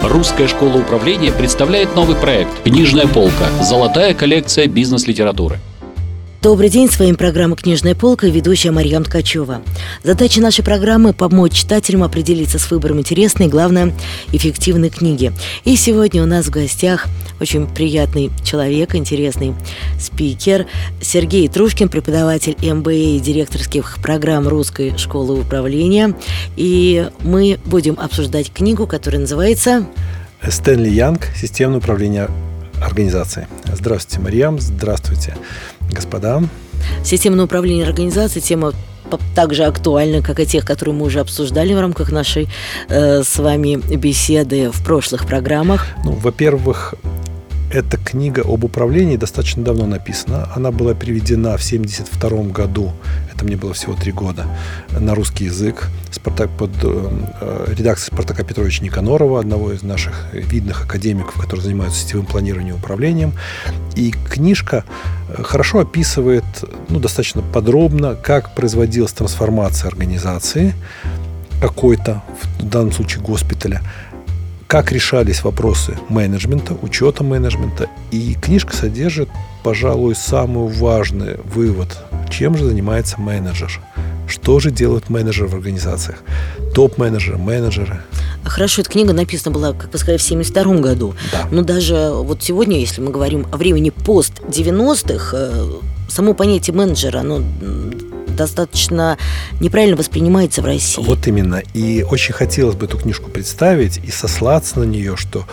Русская школа управления представляет новый проект «Книжная полка. Золотая коллекция бизнес-литературы». Добрый день, с вами программа «Книжная полка» и ведущая Марьям Ткачева. Задача нашей программы – помочь читателям определиться с выбором интересной и, главное, эффективной книги. И сегодня у нас в гостях очень приятный человек, интересный спикер Сергей Трушкин, преподаватель МБА и директорских программ Русской школы управления. И мы будем обсуждать книгу, которая называется «Стэнли Янг. Системное управление организацией». Здравствуйте, Марьям. Здравствуйте, господа. Системное управление организацией — тема так же актуальна, как и тех, которые мы уже обсуждали в рамках нашей с вами беседы в прошлых программах. Во-первых, эта книга об управлении достаточно давно написана. Она была переведена в 1972 году, это мне было всего 3 года, на русский язык под редакцией Спартака Петровича Никанорова, одного из наших видных академиков, которые занимаются сетевым планированием и управлением. И книжка хорошо описывает, достаточно подробно, как производилась трансформация организации какой-то, в данном случае госпиталя, как решались вопросы менеджмента, учета менеджмента. И книжка содержит, пожалуй, самый важный вывод, чем же занимается менеджер. Что же делают менеджеры в организациях? Топ-менеджеры, менеджеры. Хорошо, эта книга написана была, как вы сказали, в 1972 году. Да. Но даже вот сегодня, если мы говорим о времени пост-90-х, само понятие менеджера, оно достаточно неправильно воспринимается в России. Вот именно. И очень хотелось бы эту книжку представить и сослаться на нее, что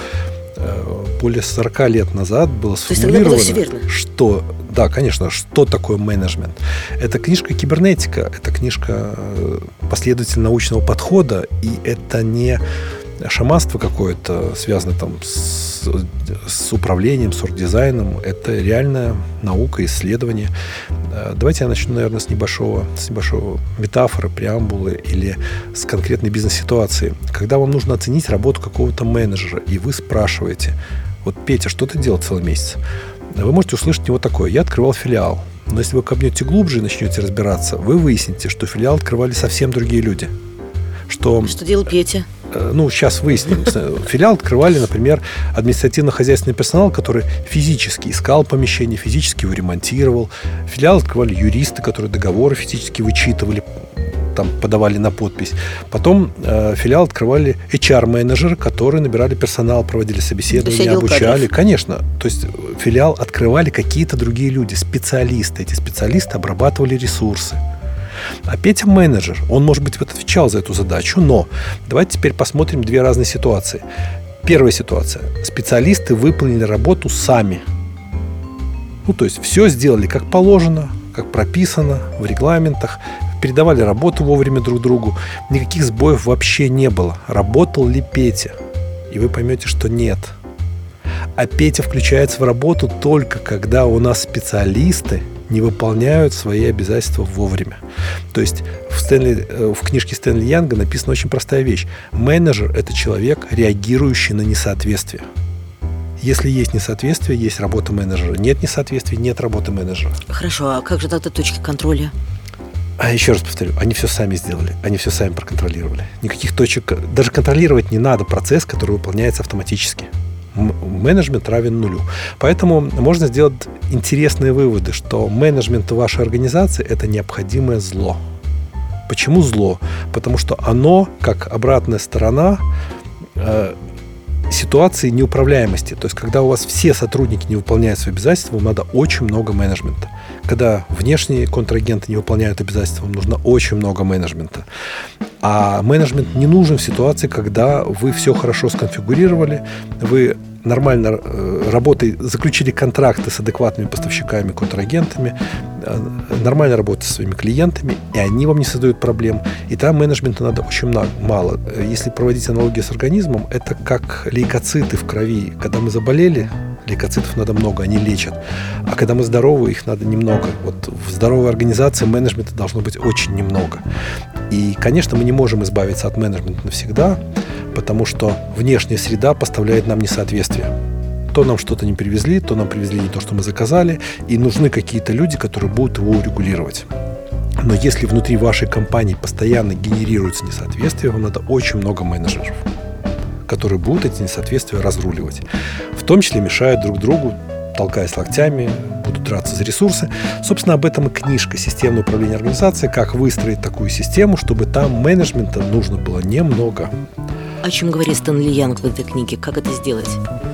более 40 лет назад было сформулировано, что, да, конечно, что такое менеджмент. Это книжка кибернетика, это книжка последователь научного подхода, и это не шаманство какое-то, связанное там с управлением, с оргдизайном. Это реальная наука, исследование. Давайте я начну, наверное, с небольшого метафоры, преамбулы или с конкретной бизнес-ситуации. Когда вам нужно оценить работу какого-то менеджера, и вы спрашиваете: вот, Петя, что ты делал целый месяц? Вы можете услышать от него такое: я открывал филиал. Но если вы копнете глубже и начнете разбираться, вы выясните, что филиал открывали совсем другие люди. Что делал Петя? Сейчас выясним. Филиал открывали, например, административно-хозяйственный персонал, который физически искал помещение, физически его ремонтировал. Филиал открывали юристы, которые договоры физически вычитывали, там подавали на подпись. Потом филиал открывали HR-менеджеры, которые набирали персонал, проводили собеседования, обучали. Конечно. То есть филиал открывали какие-то другие люди, специалисты. Эти специалисты обрабатывали ресурсы. А Петя менеджер, он, может быть, отвечал за эту задачу, но давайте теперь посмотрим 2 разные ситуации. Первая ситуация. Специалисты выполнили работу сами. То есть все сделали как положено, как прописано в регламентах, передавали работу вовремя друг другу. Никаких сбоев вообще не было. Работал ли Петя? И вы поймете, что нет. А Петя включается в работу только когда у нас специалисты не выполняют свои обязательства вовремя. То есть в книжке Стэнли Янга написана очень простая вещь. Менеджер – это человек, реагирующий на несоответствие. Если есть несоответствие, есть работа менеджера. Нет несоответствия, нет работы менеджера. Хорошо, а как же тогда точки контроля? Еще раз повторю, они все сами сделали, они все сами проконтролировали. Никаких точек, даже контролировать не надо процесс, который выполняется автоматически. Менеджмент равен нулю. Поэтому можно сделать интересные выводы, что менеджмент вашей организации – это необходимое зло. Почему зло? Потому что оно, как обратная сторона ситуации неуправляемости. То есть, когда у вас все сотрудники не выполняют свои обязательства, вам надо очень много менеджмента. Когда внешние контрагенты не выполняют обязательства, вам нужно очень много менеджмента. А менеджмент не нужен в ситуации, когда вы все хорошо сконфигурировали, вы нормально заключили контракты с адекватными поставщиками, контрагентами, нормально работаете со своими клиентами, и они вам не создают проблем. И там менеджмента надо очень мало. Если проводить аналогию с организмом, это как лейкоциты в крови. Когда мы заболели, лейкоцитов надо много, они лечат. А когда мы здоровы, их надо немного. Вот в здоровой организации менеджмента должно быть очень немного. И, конечно, мы не можем избавиться от менеджмента навсегда, потому что внешняя среда поставляет нам несоответствие. То нам что-то не привезли, то нам привезли не то, что мы заказали, и нужны какие-то люди, которые будут его урегулировать. Но если внутри вашей компании постоянно генерируется несоответствие, вам надо очень много менеджеров. которые будут эти несоответствия разруливать. В том числе мешают друг другу, толкаясь локтями, будут драться за ресурсы. Собственно, об этом и книжка «Системное управление организацией», как выстроить такую систему, чтобы там менеджмента нужно было немного. О чем говорит Стэнли Янг в этой книге? Как это сделать?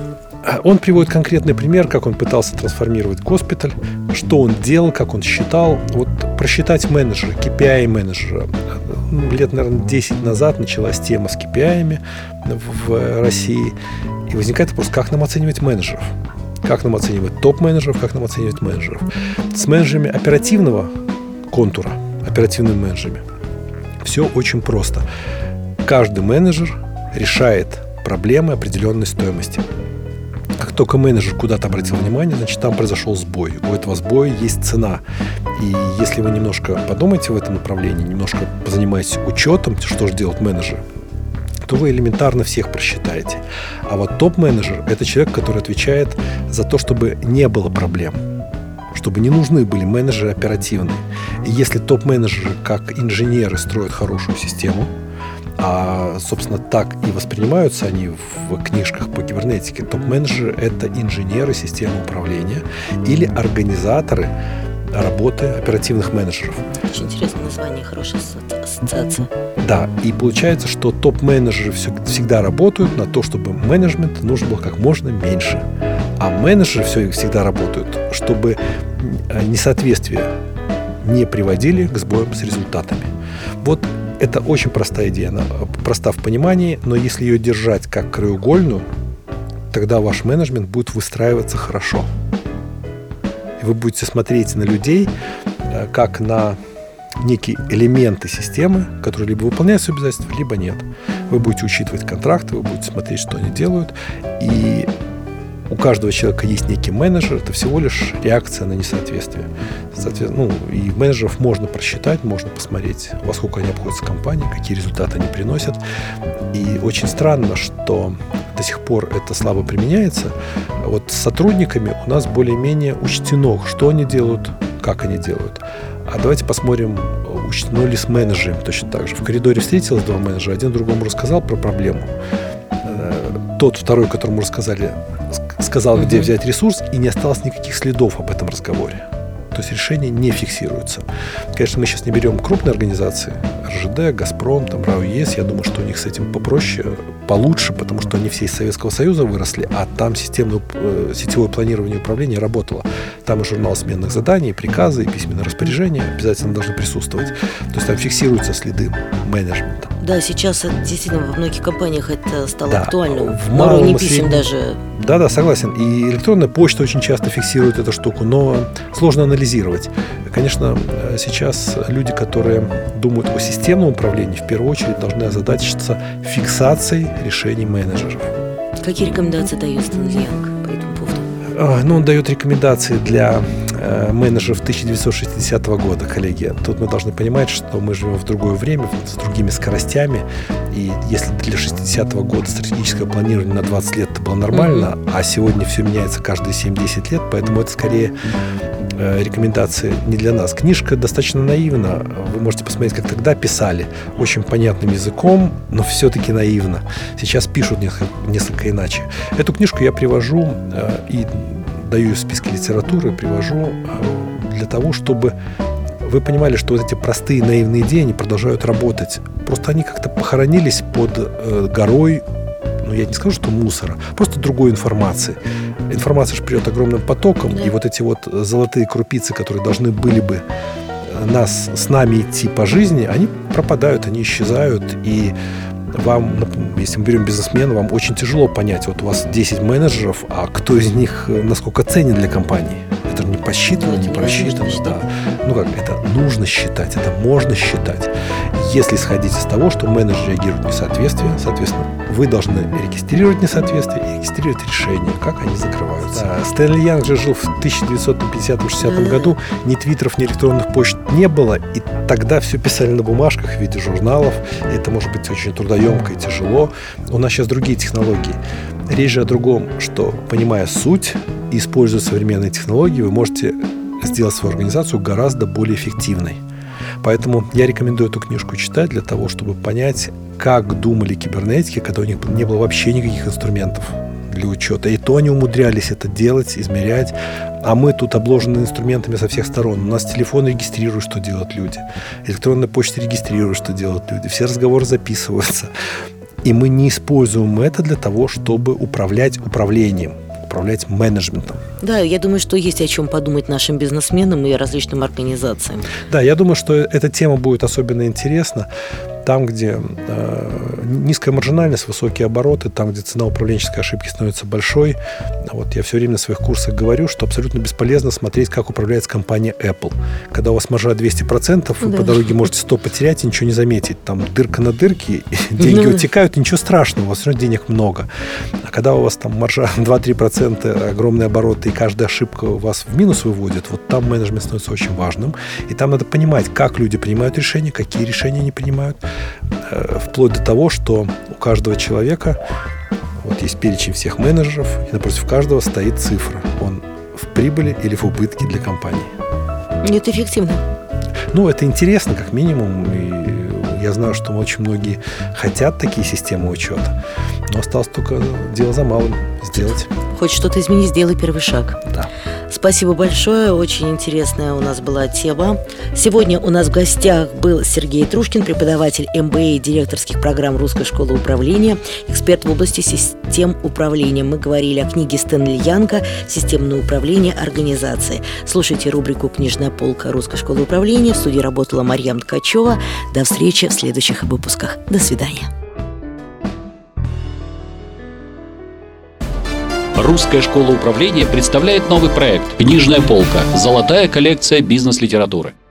Он приводит конкретный пример, как он пытался трансформировать госпиталь, что он делал, как он считал. Вот просчитать менеджера, KPI менеджера. Лет, наверное, 10 назад началась тема с KPI в России. И возникает вопрос, как нам оценивать менеджеров? Как нам оценивать топ-менеджеров, как нам оценивать менеджеров? С менеджерами оперативного контура, оперативными менеджерами, все очень просто. Каждый менеджер решает проблемы определенной стоимости. Как только менеджер куда-то обратил внимание, значит, там произошел сбой. У этого сбоя есть цена. И если вы немножко подумаете в этом направлении, немножко позанимаетесь учетом, что же делают менеджеры, то вы элементарно всех просчитаете. А вот топ-менеджер – это человек, который отвечает за то, чтобы не было проблем, чтобы не нужны были менеджеры оперативные. И если топ-менеджеры, как инженеры, строят хорошую систему, а, собственно, так и воспринимаются они в книжках по кибернетике, топ-менеджеры – это инженеры системы управления или организаторы работы оперативных менеджеров. Очень интересное название, хорошая ассоциация. Да, и получается, что топ-менеджеры всегда работают на то, чтобы менеджмент нужно было как можно меньше. А менеджеры всегда работают, чтобы несоответствия не приводили к сбоям с результатами. Вот это очень простая идея, она проста в понимании, но если ее держать как краеугольную, тогда ваш менеджмент будет выстраиваться хорошо. И вы будете смотреть на людей как на некие элементы системы, которые либо выполняют свои обязательства, либо нет. Вы будете учитывать контракты, вы будете смотреть, что они делают. И у каждого человека есть некий менеджер, это всего лишь реакция на несоответствие. Соответственно, и менеджеров можно просчитать, можно посмотреть, во сколько они обходятся компанией, какие результаты они приносят. И очень странно, что до сих пор это слабо применяется. Вот с сотрудниками у нас более-менее учтено, что они делают, как они делают. А давайте посмотрим, учтено ли с менеджерами точно так же. В коридоре встретилось два менеджера, один другому рассказал про проблему. Тот второй, которому рассказали, сказал, где взять ресурс, и не осталось никаких следов об этом разговоре. То есть решение не фиксируется. Конечно, мы сейчас не берем крупные организации, РЖД, Газпром, там, РАО ЕС. Я думаю, что у них с этим попроще, получше, потому что они все из Советского Союза выросли, а там сетевое планирование и управление работало. Там и журнал сменных заданий, и приказы, и письменные распоряжения обязательно должны присутствовать. То есть там фиксируются следы менеджмента. Да, сейчас действительно во многих компаниях это стало актуально. В на уровне писем даже. Да, согласен. И электронная почта очень часто фиксирует эту штуку, но сложно анализировать. Конечно, сейчас люди, которые думают о системном управлении, в первую очередь должны озадачиться фиксацией решений менеджеров. Какие рекомендации дает Стэнли Янг по этому поводу? Он дает рекомендации для менеджеров 1960 года, коллеги. Тут мы должны понимать, что мы живем в другое время, с другими скоростями. И если для 60-го года стратегическое планирование на 20 лет это было нормально, а сегодня все меняется каждые 7-10 лет, поэтому это скорее рекомендации не для нас. Книжка достаточно наивна. Вы можете посмотреть, как тогда писали. Очень понятным языком, но все-таки наивно. Сейчас пишут несколько иначе. Эту книжку я привожу и даю в списке литературы, привожу для того, чтобы вы понимали, что вот эти простые наивные идеи, они продолжают работать. Просто они как-то похоронились под горой, я не скажу, что мусора, просто другой информации. Информация же придет огромным потоком, и вот эти вот золотые крупицы, которые должны были бы с нами идти по жизни, они пропадают, они исчезают, и вам, если мы берем бизнесмена, вам очень тяжело понять, вот у вас 10 менеджеров, а кто из них насколько ценен для компании. Это же не посчитано, не просчитано. Да. Это нужно считать, это можно считать. Если исходить из того, что менеджер реагирует на несоответствие, соответственно, вы должны регистрировать несоответствие и регистрировать решения, как они закрываются. Да. Стэнли Янг же жил в 1950-60 году, ни твиттеров, ни электронных почт не было, и тогда все писали на бумажках в виде журналов. Это может быть очень трудоемко и тяжело. У нас сейчас другие технологии. Речь же о другом, что, понимая суть и используя современные технологии, вы можете сделать свою организацию гораздо более эффективной. Поэтому я рекомендую эту книжку читать для того, чтобы понять, как думали кибернетики, когда у них не было вообще никаких инструментов для учета. И то они умудрялись это делать, измерять. А мы тут обложены инструментами со всех сторон. У нас телефон регистрирует, что делают люди. Электронная почта регистрирует, что делают люди. Все разговоры записываются. И мы не используем это для того, чтобы управлять управлением, управлять менеджментом. Да, я думаю, что есть о чем подумать нашим бизнесменам и различным организациям. Да, я думаю, что эта тема будет особенно интересна там, где низкая маржинальность, высокие обороты, там, где цена управленческой ошибки становится большой. Вот я все время на своих курсах говорю, что абсолютно бесполезно смотреть, как управляется компания Apple. Когда у вас маржа 200%, вы по дороге можете 100 потерять и ничего не заметить. Там дырка на дырке, деньги утекают, ничего страшного, у вас все равно денег много. А когда у вас там маржа 2-3%, огромные обороты, и каждая ошибка вас в минус выводит, вот там менеджмент становится очень важным. И там надо понимать, как люди принимают решения, какие решения они принимают, вплоть до того, что у каждого человека вот есть перечень всех менеджеров, и напротив каждого стоит цифра. Он в прибыли или в убытке для компании. Это эффективно. Ну, это интересно, как минимум. И я знаю, что очень многие хотят такие системы учета. Но осталось только дело за малым сделать. Хочешь что-то изменить, сделай первый шаг. Да. Спасибо большое, очень интересная у нас была тема. Сегодня у нас в гостях был Сергей Трушкин, преподаватель МБА директорских программ Русской школы управления, эксперт в области систем управления. Мы говорили о книге Стэнли Янга «Системное управление организации». Слушайте рубрику «Книжная полка Русской школы управления». В студии работала Марьям Ткачева. До встречи в следующих выпусках. До свидания. Русская школа управления представляет новый проект «Книжная полка. Золотая коллекция бизнес-литературы».